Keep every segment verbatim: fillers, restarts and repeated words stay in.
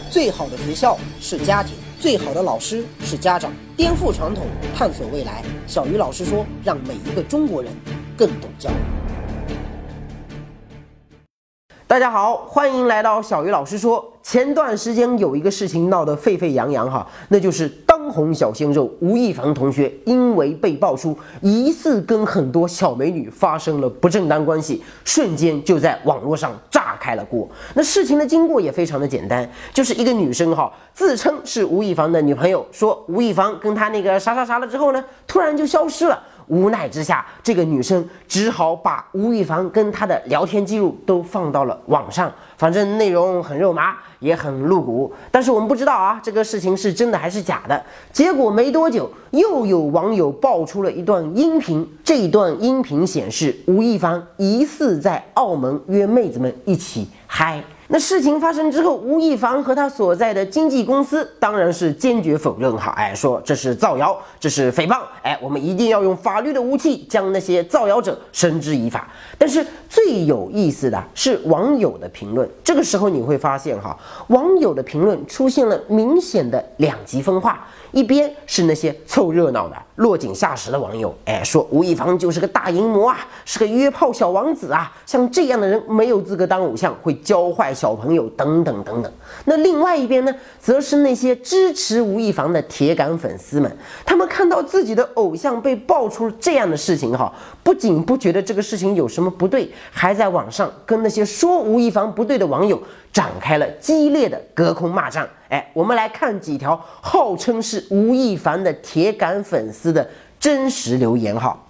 最好的学校是家庭，最好的老师是家长。颠覆传统，探索未来。小鱼老师说，让每一个中国人更懂教育。大家好，欢迎来到小鱼老师说。前段时间有一个事情闹得沸沸扬扬哈，那就是当红小鲜肉吴亦凡同学因为被爆出疑似跟很多小美女发生了不正当关系，瞬间就在网络上炸开了锅。那事情的经过也非常的简单，就是一个女生哈，自称是吴亦凡的女朋友，说吴亦凡跟她那个啥啥啥了之后呢，突然就消失了。无奈之下，这个女生只好把吴亦凡跟她的聊天记录都放到了网上，反正内容很肉麻，也很露骨。但是我们不知道啊，这个事情是真的还是假的。结果没多久，又有网友爆出了一段音频，这一段音频显示吴亦凡疑似在澳门约妹子们一起嗨。那事情发生之后，吴亦凡和他所在的经纪公司当然是坚决否认哈，哎，说这是造谣，这是诽谤，哎，我们一定要用法律的武器将那些造谣者绳之以法。但是最有意思的是网友的评论，这个时候你会发现哈，网友的评论出现了明显的两极分化。一边是那些凑热闹的落井下石的网友，哎，说吴亦凡就是个大淫魔啊，是个约炮小王子啊，像这样的人没有资格当偶像，会教坏小朋友等等等等。那另外一边呢，则是那些支持吴亦凡的铁杆粉丝们，他们看到自己的偶像被爆出这样的事情哈，不仅不觉得这个事情有什么不对，还在网上跟那些说吴亦凡不对的网友展开了激烈的隔空骂战。哎，我们来看几条号称是吴亦凡的铁杆粉丝的真实留言哈。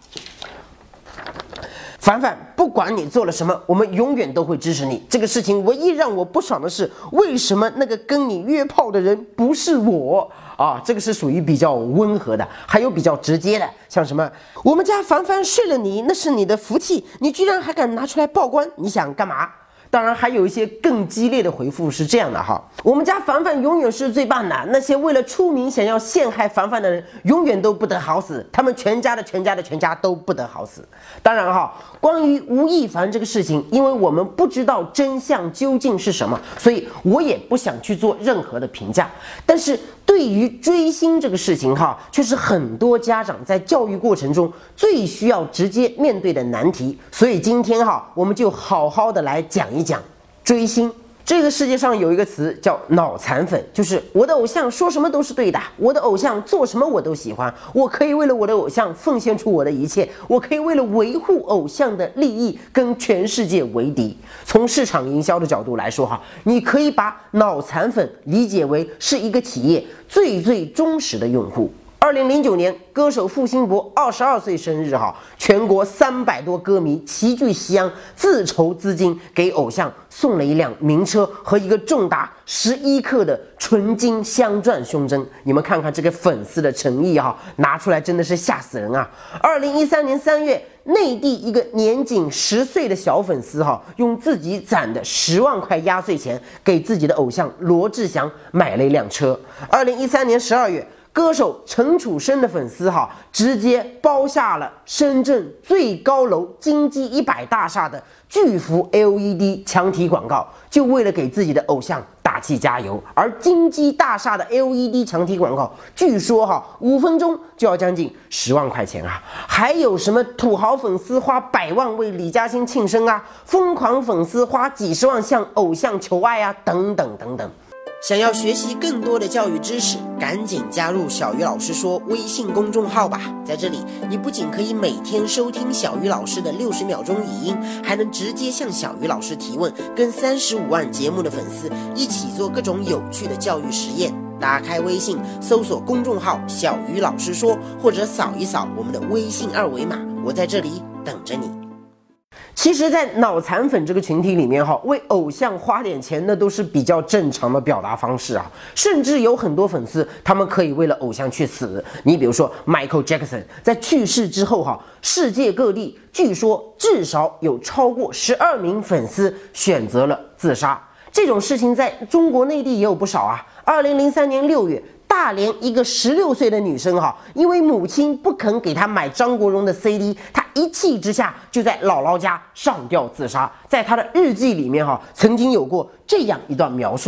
凡凡，不管你做了什么，我们永远都会支持你。这个事情唯一让我不爽的是，为什么那个跟你约炮的人不是我啊？这个是属于比较温和的，还有比较直接的，像什么我们家凡凡睡了你，那是你的福气，你居然还敢拿出来曝光，你想干嘛？当然还有一些更激烈的回复是这样的哈，我们家凡凡永远是最棒的，那些为了出名想要陷害凡凡的人永远都不得好死，他们全家的全家的全家都不得好死。当然哈，关于吴亦凡这个事情，因为我们不知道真相究竟是什么，所以我也不想去做任何的评价。但是对于追星这个事情哈，却是很多家长在教育过程中最需要直接面对的难题。所以今天哈，我们就好好的来讲一讲追星。这个世界上有一个词叫脑残粉，就是我的偶像说什么都是对的，我的偶像做什么我都喜欢，我可以为了我的偶像奉献出我的一切，我可以为了维护偶像的利益跟全世界为敌。从市场营销的角度来说哈，你可以把脑残粉理解为是一个企业最最忠实的用户。二零零九年，歌手付辛博二十二岁生日哈，全国三百多歌迷齐聚西安，自筹资金给偶像送了一辆名车和一个重达十一克的纯金镶钻胸针。你们看看这个粉丝的诚意哈，拿出来真的是吓死人啊！二零一三年三月，内地一个年仅十岁的小粉丝哈，用自己攒的十万块压岁钱给自己的偶像罗志祥买了一辆车。二零一三年十二月。歌手陈楚生的粉丝哈，直接包下了深圳最高楼金鸡一百大厦的巨幅 L E D 墙体广告，就为了给自己的偶像打气加油。而金鸡大厦的 L E D 墙体广告，据说哈五分钟就要将近十万块钱啊！还有什么土豪粉丝花百万为李嘉欣庆生啊，疯狂粉丝花几十万向偶像求爱啊，等等等等。想要学习更多的教育知识，赶紧加入小鱼老师说微信公众号吧。在这里，你不仅可以每天收听小鱼老师的六十秒钟语音，还能直接向小鱼老师提问，跟三十五万节目的粉丝一起做各种有趣的教育实验。打开微信，搜索公众号小鱼老师说，或者扫一扫我们的微信二维码，我在这里等着你。其实，在脑残粉这个群体里面，哈，为偶像花点钱，那都是比较正常的表达方式啊。甚至有很多粉丝，他们可以为了偶像去死。你比如说 Michael Jackson 在去世之后，哈，世界各地据说至少有超过十二名粉丝选择了自杀。这种事情在中国内地也有不少啊。二零零三年六月。大连一个十六岁的女生哈，因为母亲不肯给她买张国荣的 C D， 她一气之下就在姥姥家上吊自杀。在她的日记里面哈，曾经有过这样一段描述：看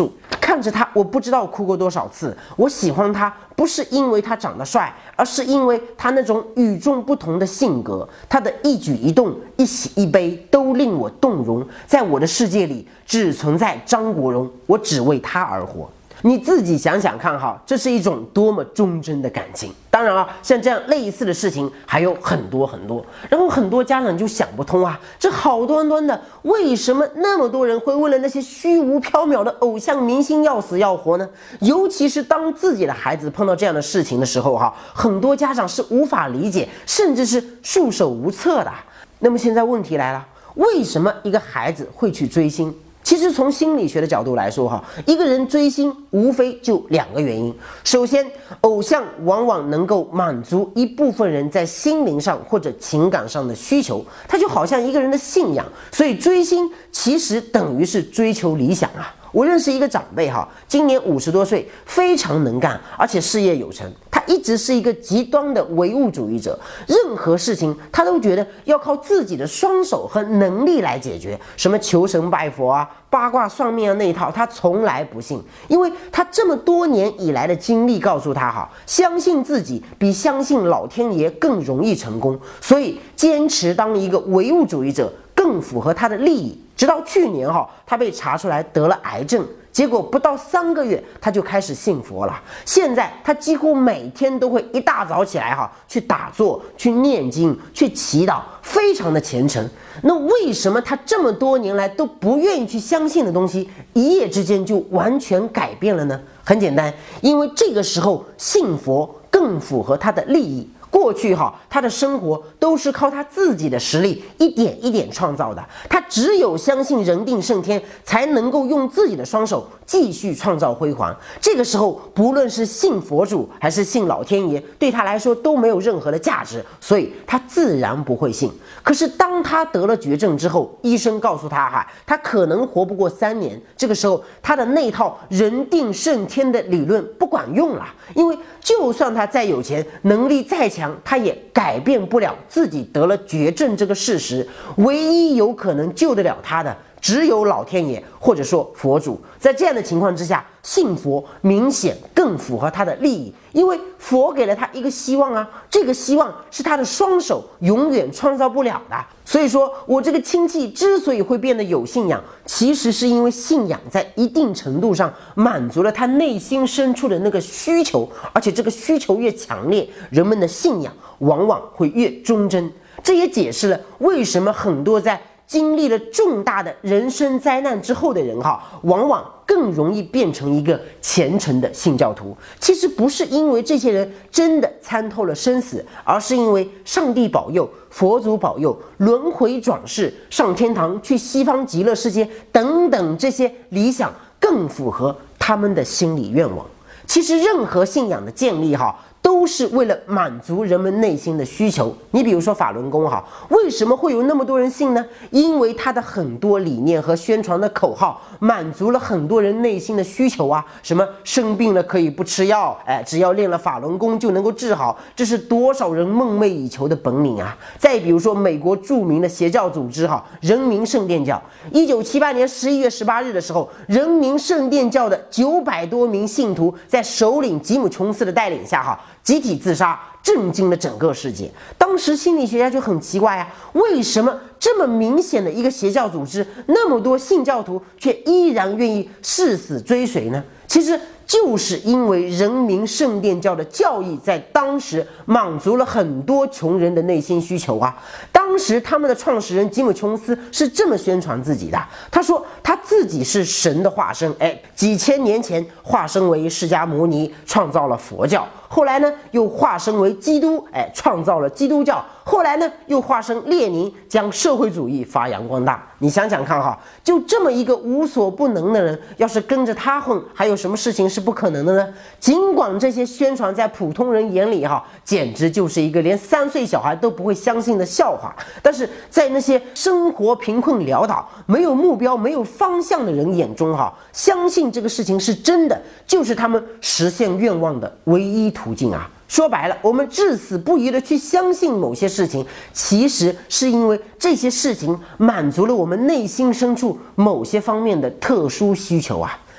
看着他，我不知道哭过多少次。我喜欢他，不是因为他长得帅，而是因为他那种与众不同的性格。他的一举一动、一喜一悲都令我动容。在我的世界里，只存在张国荣，我只为他而活。你自己想想看哈，这是一种多么忠贞的感情。当然啊，像这样类似的事情还有很多很多。然后很多家长就想不通啊，这好端端的，为什么那么多人会为了那些虚无缥缈的偶像明星要死要活呢？尤其是当自己的孩子碰到这样的事情的时候哈，很多家长是无法理解，甚至是束手无策的。那么现在问题来了，为什么一个孩子会去追星？其实从心理学的角度来说哈，一个人追星无非就两个原因。首先，偶像往往能够满足一部分人在心灵上或者情感上的需求，它就好像一个人的信仰，所以追星其实等于是追求理想啊。我认识一个长辈哈，今年五十多岁，非常能干，而且事业有成。他一直是一个极端的唯物主义者，任何事情他都觉得要靠自己的双手和能力来解决。什么求神拜佛啊、八卦算命啊那一套，他从来不信，因为他这么多年以来的经历告诉他哈，相信自己比相信老天爷更容易成功，所以坚持当一个唯物主义者更符合他的利益。直到去年哈，他被查出来得了癌症，结果不到三个月他就开始信佛了。现在他几乎每天都会一大早起来哈，去打坐、去念经、去祈祷，非常的虔诚。那为什么他这么多年来都不愿意去相信的东西，一夜之间就完全改变了呢？很简单，因为这个时候信佛更符合他的利益。过去哈，他的生活都是靠他自己的实力一点一点创造的，他只有相信人定胜天，才能够用自己的双手继续创造辉煌。这个时候，不论是信佛祖还是信老天爷，对他来说都没有任何的价值，所以他自然不会信。可是当他得了绝症之后，医生告诉他哈，他可能活不过三年。这个时候，他的那套人定胜天的理论不管用了，因为就算他再有钱，能力再强，他也改变不了自己得了绝症这个事实。唯一有可能救得了他的，只有老天爷或者说佛祖。在这样的情况之下，信佛明显更符合他的利益，因为佛给了他一个希望啊，这个希望是他的双手永远创造不了的。所以说我这个亲戚之所以会变得有信仰，其实是因为信仰在一定程度上满足了他内心深处的那个需求，而且这个需求越强烈，人们的信仰往往会越忠贞。这也解释了为什么很多在经历了重大的人生灾难之后的人哈，往往更容易变成一个虔诚的信教徒。其实不是因为这些人真的参透了生死，而是因为上帝保佑、佛祖保佑、轮回转世、上天堂、去西方极乐世界等等这些理想更符合他们的心理愿望。其实任何信仰的建立哈，都是为了满足人们内心的需求。你比如说法轮功哈，为什么会有那么多人信呢？因为它的很多理念和宣传的口号满足了很多人内心的需求啊，什么生病了可以不吃药，哎，只要练了法轮功就能够治好，这是多少人梦寐以求的本领啊！再比如说美国著名的邪教组织哈，人民圣殿教，一九七八年十一月十八日的时候，人民圣殿教的九百多名信徒在首领吉姆琼斯的带领下哈，集体自杀，震惊了整个世界。当时心理学家就很奇怪啊，为什么这么明显的一个邪教组织，那么多信教徒却依然愿意誓死追随呢？其实就是因为人民圣殿教的教义在当时满足了很多穷人的内心需求啊。当时他们的创始人吉姆琼斯是这么宣传自己的，他说他自己是神的化身，哎，几千年前化身为释迦牟尼，创造了佛教，后来呢又化身为基督，哎，创造了基督教，后来呢又化身列宁，将社会主义发扬光大。你想想看哈，就这么一个无所不能的人，要是跟着他混，还有什么事情是不可能的呢？尽管这些宣传在普通人眼里哈，简直就是一个连三岁小孩都不会相信的笑话，但是在那些生活贫困潦倒、没有目标、没有方向的人眼中哈，相信这个事情是真的，就是他们实现愿望的唯一途径啊。说白了，我们至死不渝的去相信某些事情，其实是因为这些事情满足了我们内心深处某些方面的特殊需求啊。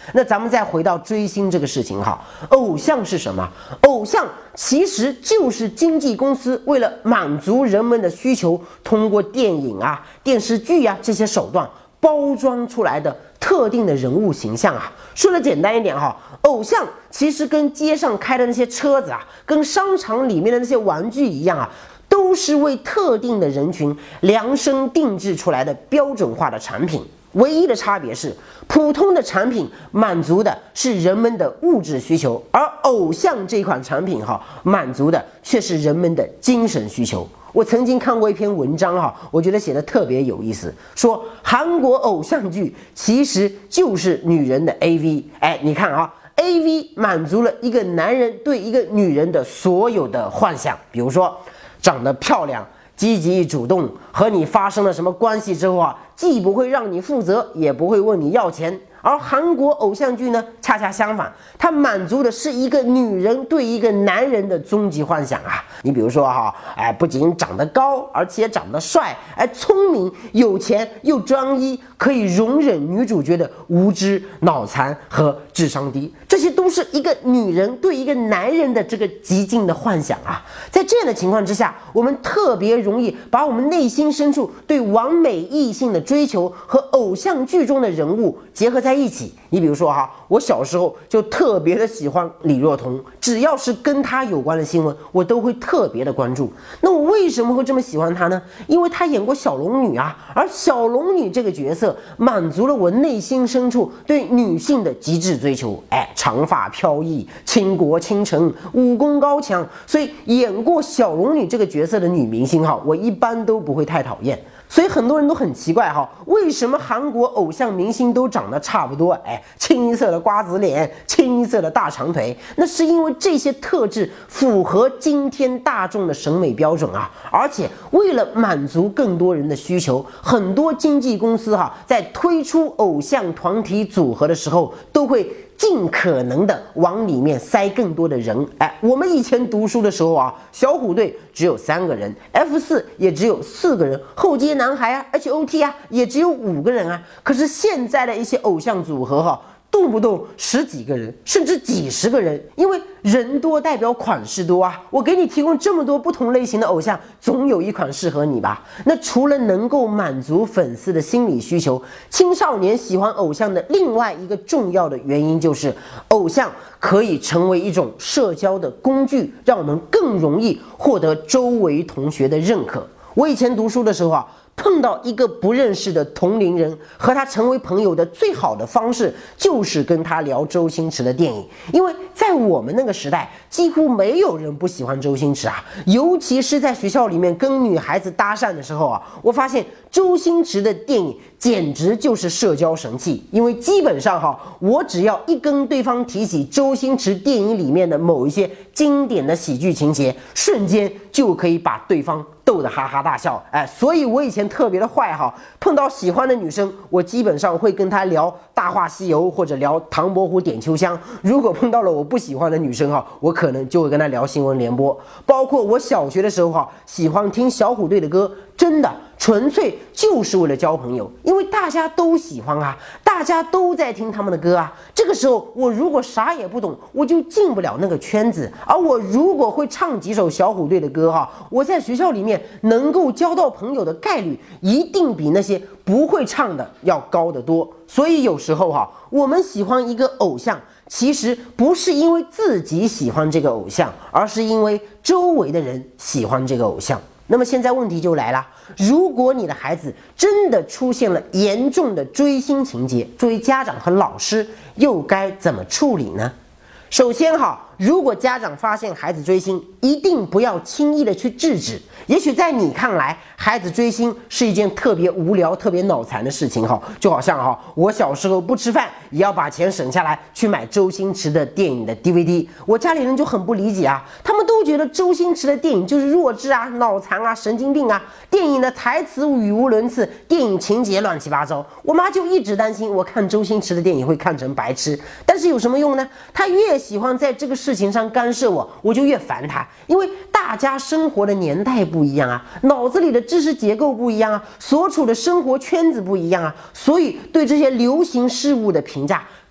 那咱们再回到追星这个事情哈，偶像是什么？偶像其实就是经纪公司为了满足人们的需求，通过电影啊、电视剧啊这些手段包装出来的特定的人物形象啊。说的简单一点哈，偶像其实跟街上开的那些车子啊，跟商场里面的那些玩具一样啊，都是为特定的人群量身定制出来的标准化的产品。唯一的差别是，普通的产品满足的是人们的物质需求，而偶像这款产品哈，满足的却是人们的精神需求。我曾经看过一篇文章哈，我觉得写的特别有意思，说韩国偶像剧其实就是女人的 A V。哎，你看啊 ，A V 满足了一个男人对一个女人的所有的幻想，比如说长得漂亮、积极主动，和你发生了什么关系之后啊，既不会让你负责，也不会问你要钱。而韩国偶像剧呢，恰恰相反，它满足的是一个女人对一个男人的终极幻想啊。你比如说哈，哎，不仅长得高，而且长得帅，哎，聪明、有钱又专一，可以容忍女主角的无知、脑残和智商低，这些都是一个女人对一个男人的这个极尽的幻想啊。在这样的情况之下，我们特别容易把我们内心深处对完美异性的追求和偶像剧中的人物结合在一起。你比如说哈，我小时候就特别的喜欢李若彤，只要是跟她有关的新闻，我都会特别的关注。那我为什么会这么喜欢她呢？因为她演过小龙女啊，而小龙女这个角色满足了我内心深处对女性的极致追求。哎，长发飘逸，倾国倾城，武功高强，所以演过小龙女这个角色的女明星哈，我一般都不会太讨厌。所以很多人都很奇怪哈，为什么韩国偶像明星都长得差不多？哎，清一色的瓜子脸，清一色的大长腿，那是因为这些特质符合今天大众的审美标准啊。而且为了满足更多人的需求，很多经纪公司哈，在推出偶像团体组合的时候，都会尽可能的往里面塞更多的人。哎，我们以前读书的时候啊，小虎队只有三个人 ，F 四也只有四个人，后街男孩啊 ，H O T 啊也只有五个人啊。可是现在的一些偶像组合哈，动不动十几个人，甚至几十个人，因为人多代表款式多啊。我给你提供这么多不同类型的偶像，总有一款适合你吧？那除了能够满足粉丝的心理需求，青少年喜欢偶像的另外一个重要的原因就是，偶像可以成为一种社交的工具，让我们更容易获得周围同学的认可。我以前读书的时候啊，碰到一个不认识的同龄人，和他成为朋友的最好的方式就是跟他聊周星驰的电影，因为在我们那个时代，几乎没有人不喜欢周星驰啊。尤其是在学校里面跟女孩子搭讪的时候啊，我发现周星驰的电影简直就是社交神器。因为基本上哈，我只要一跟对方提起周星驰电影里面的某一些经典的喜剧情节，瞬间就可以把对方逗得哈哈大笑。哎，所以我以前特别的坏哈，碰到喜欢的女生，我基本上会跟她聊《大话西游》或者聊《唐伯虎点秋香》。如果碰到了我不喜欢的女生哈，我可能就会跟她聊新闻联播。包括我小学的时候哈，喜欢听小虎队的歌，真的纯粹就是为了交朋友，因为大家都喜欢啊，大家都在听他们的歌啊。这个时候我如果啥也不懂，我就进不了那个圈子。而我如果会唱几首小虎队的歌哈，我在学校里面能够交到朋友的概率一定比那些不会唱的要高得多。所以有时候哈，我们喜欢一个偶像，其实不是因为自己喜欢这个偶像，而是因为周围的人喜欢这个偶像。那么现在问题就来了，如果你的孩子真的出现了严重的追星情节，作为家长和老师又该怎么处理呢？首先哈，如果家长发现孩子追星，一定不要轻易的去制止。也许在你看来，孩子追星是一件特别无聊、特别脑残的事情哈，就好像哈，我小时候不吃饭也要把钱省下来去买周星驰的电影的 D V D， 我家里人就很不理解啊，他们都觉得周星驰的电影就是弱智啊、脑残啊、神经病啊，电影的台词语无伦次，电影情节乱七八糟。我妈就一直担心我看周星驰的电影会看成白痴，但是有什么用呢？她越喜欢在这个事情上干涉我，我就越烦她，因为大家生活的年代不一样啊，脑子里的知识结构不一样啊，所处的生活圈子不一样啊，所以对这些流行事物的评价肯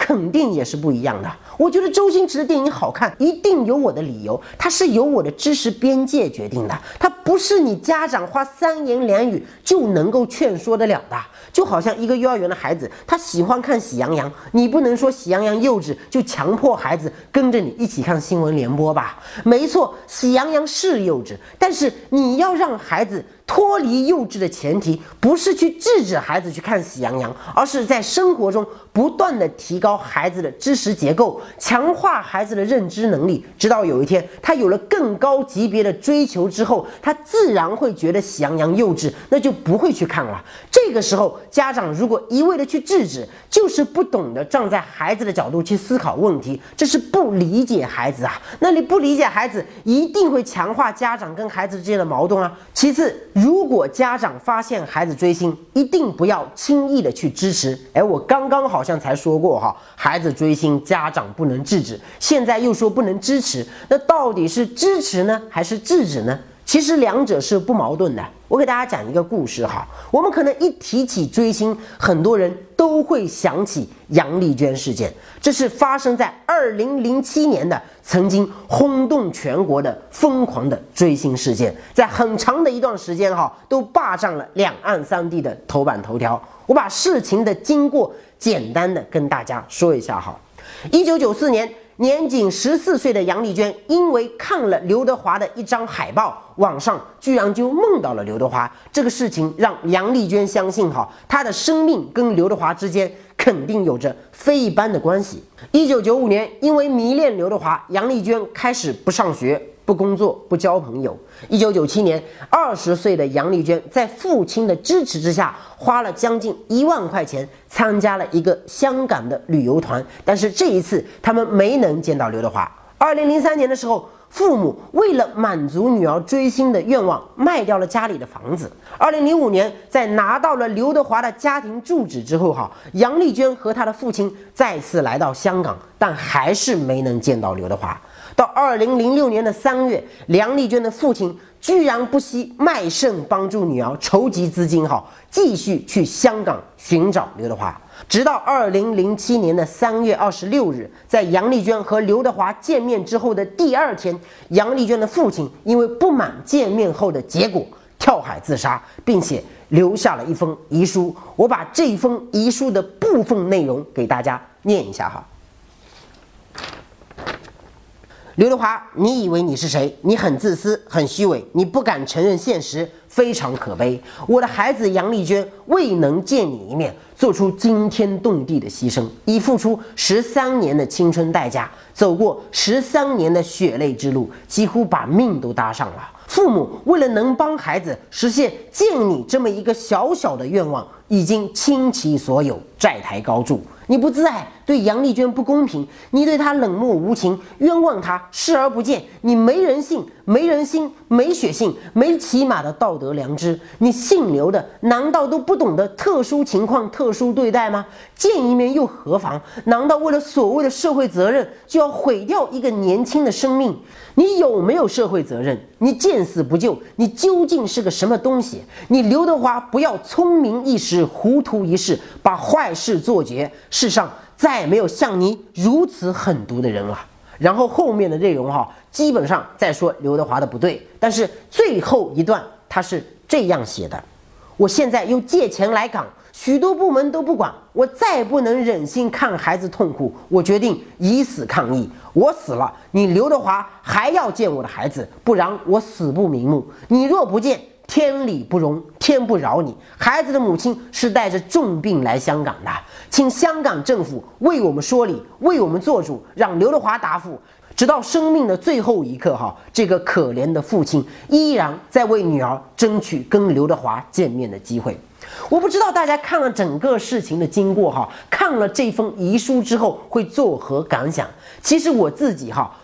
肯定也是不一样的。我觉得周星驰的电影好看，一定有我的理由，它是由我的知识边界决定的，它不是你家长花三言两语就能够劝说得了的。就好像一个幼儿园的孩子，他喜欢看喜羊羊，你不能说喜羊羊幼稚就强迫孩子跟着你一起看新闻联播吧？没错，喜羊羊是幼稚，但是你要让孩子脱离幼稚的前提，不是去制止孩子去看喜羊羊，而是在生活中不断的提高孩子的知识结构，强化孩子的认知能力，直到有一天他有了更高级别的追求之后，他自然会觉得喜羊羊幼稚，那就不会去看了。这个时候，家长如果一味的去制止，就是不懂得站在孩子的角度去思考问题，这是不理解孩子啊。那你不理解孩子，一定会强化家长跟孩子之间的矛盾啊。其次，如果家长发现孩子追星，一定不要轻易的去支持。哎，我刚刚好像才说过哈，孩子追星家长不能制止，现在又说不能支持，那到底是支持呢，还是制止呢？其实两者是不矛盾的。我给大家讲一个故事哈，我们可能一提起追星，很多人都会想起杨丽娟事件，这是发生在二零零七年的，曾经轰动全国的疯狂的追星事件，在很长的一段时间哈，都霸占了两岸三地的头版头条。我把事情的经过简单的跟大家说一下哈。一九九四年。年仅十四岁的杨丽娟，因为看了刘德华的一张海报，网上居然就梦到了刘德华。这个事情让杨丽娟相信哈，她的生命跟刘德华之间肯定有着非一般的关系。一九九五年，因为迷恋刘德华，杨丽娟开始不上学、不工作、不交朋友。一九九七年，二十岁的杨丽娟在父亲的支持之下，花了将近一万块钱参加了一个香港的旅游团，但是这一次他们没能见到刘德华。二零零三年的时候，父母为了满足女儿追星的愿望，卖掉了家里的房子。二零零五年，在拿到了刘德华的家庭住址之后，哈，杨丽娟和她的父亲再次来到香港，但还是没能见到刘德华。到二零零六年的三月，杨丽娟的父亲居然不惜卖肾帮助女儿筹集资金，哈，继续去香港寻找刘德华。直到二零零七年的三月二十六日，在杨丽娟和刘德华见面之后的第二天，杨丽娟的父亲因为不满见面后的结果，跳海自杀，并且留下了一封遗书。我把这封遗书的部分内容给大家念一下哈。刘德华，你以为你是谁？你很自私，很虚伪，你不敢承认现实，非常可悲。我的孩子杨丽娟未能见你一面，做出惊天动地的牺牲，已付出十三年的青春代价，走过十三年的血泪之路，几乎把命都搭上了。父母为了能帮孩子实现见你这么一个小小的愿望，已经倾其所有，债台高筑。你不自爱，对杨丽娟不公平，你对她冷漠无情，冤枉她，视而不见，你没人性，没人心，没血性，没起码的道德良知。你姓刘的难道都不懂得特殊情况特殊对待吗？见一面又何妨？难道为了所谓的社会责任就要毁掉一个年轻的生命？你有没有社会责任？你见死不救，你究竟是个什么东西？你刘德华不要聪明一时，糊涂一世，把坏事做绝，世上再也没有像你如此狠毒的人了。然后后面的内容哈，基本上在说刘德华的不对，但是最后一段他是这样写的：我现在又借钱来港，许多部门都不管，我再不能忍心看孩子痛苦，我决定以死抗议。我死了，你刘德华还要见我的孩子，不然我死不瞑目。你若不见，天理不容，天不饶你。孩子的母亲是带着重病来香港的，请香港政府为我们说理，为我们做主，让刘德华答复。直到生命的最后一刻哈，这个可怜的父亲依然在为女儿争取跟刘德华见面的机会。我不知道大家看了整个事情的经过哈，看了这封遗书之后会作何感想？其实我自己哈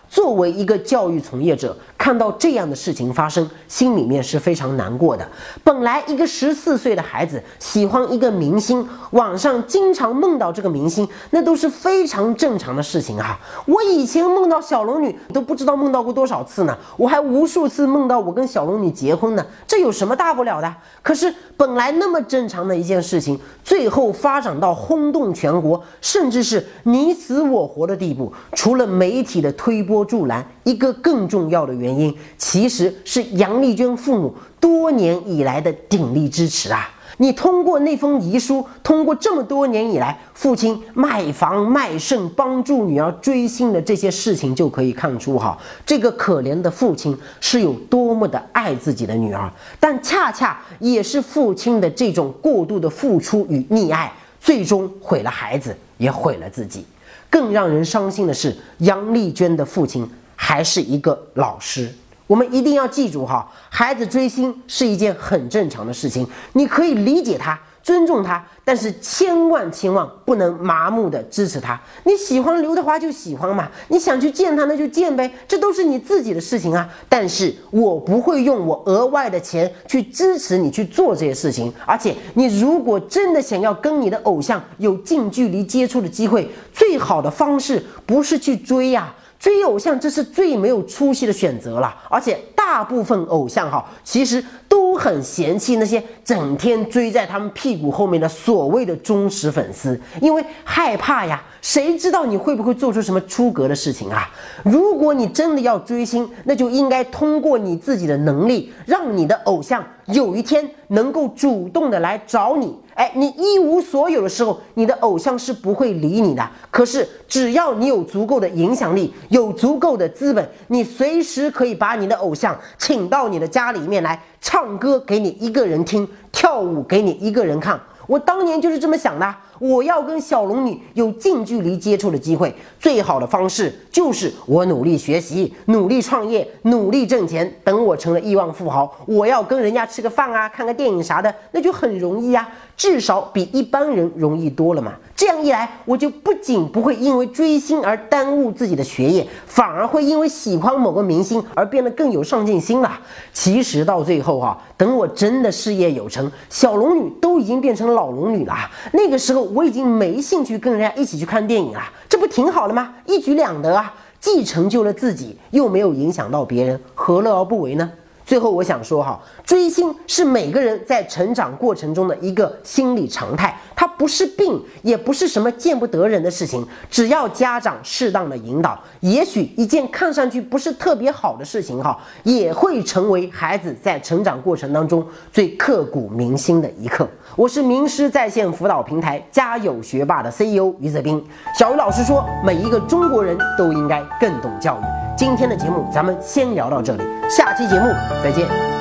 作为一个教育从业者，看到这样的事情发生，心里面是非常难过的。本来一个十四岁的孩子喜欢一个明星，网上经常梦到这个明星，那都是非常正常的事情啊。我以前梦到小龙女都不知道梦到过多少次呢，我还无数次梦到我跟小龙女结婚呢，这有什么大不了的？可是本来那么正常的一件事情，最后发展到轰动全国，甚至是你死我活的地步，除了媒体的推波助澜，一个更重要的原因，其实是杨丽娟父母多年以来的鼎力支持啊！你通过那封遗书，通过这么多年以来父亲卖房卖肾帮助女儿追星的这些事情，就可以看出哈，这个可怜的父亲是有多么的爱自己的女儿，但恰恰也是父亲的这种过度的付出与溺爱，最终毁了孩子，也毁了自己。更让人伤心的是，杨丽娟的父亲还是一个老师。我们一定要记住哈，孩子追星是一件很正常的事情，你可以理解他，尊重他，但是千万千万不能麻木的支持他。你喜欢刘德华就喜欢嘛，你想去见他那就见呗，这都是你自己的事情啊。但是我不会用我额外的钱去支持你去做这些事情。而且你如果真的想要跟你的偶像有近距离接触的机会，最好的方式不是去追呀、啊。追偶像这是最没有出息的选择了，而且大部分偶像哈，其实都很嫌弃那些整天追在他们屁股后面的所谓的忠实粉丝，因为害怕呀，谁知道你会不会做出什么出格的事情啊？如果你真的要追星，那就应该通过你自己的能力，让你的偶像有一天能够主动的来找你。哎，你一无所有的时候，你的偶像是不会理你的。可是只要你有足够的影响力，有足够的资本，你随时可以把你的偶像请到你的家里面来，唱歌给你一个人听，跳舞给你一个人看。我当年就是这么想的，我要跟小龙女有近距离接触的机会，最好的方式就是我努力学习，努力创业，努力挣钱。等我成了亿万富豪，我要跟人家吃个饭啊，看个电影啥的，那就很容易啊，至少比一般人容易多了嘛。这样一来，我就不仅不会因为追星而耽误自己的学业，反而会因为喜欢某个明星而变得更有上进心了。其实到最后啊，等我真的事业有成，小龙女都已经变成老龙女了，那个时候我已经没兴趣跟人家一起去看电影了，这不挺好了吗？一举两得啊，既成就了自己，又没有影响到别人，何乐而不为呢？最后我想说哈，追星是每个人在成长过程中的一个心理常态，它不是病，也不是什么见不得人的事情。只要家长适当的引导，也许一件看上去不是特别好的事情哈，也会成为孩子在成长过程当中最刻骨铭心的一刻。我是名师在线辅导平台家有学霸的 C E O 于泽斌。小鱼老师说，每一个中国人都应该更懂教育。今天的节目咱们先聊到这里，下期节目再见。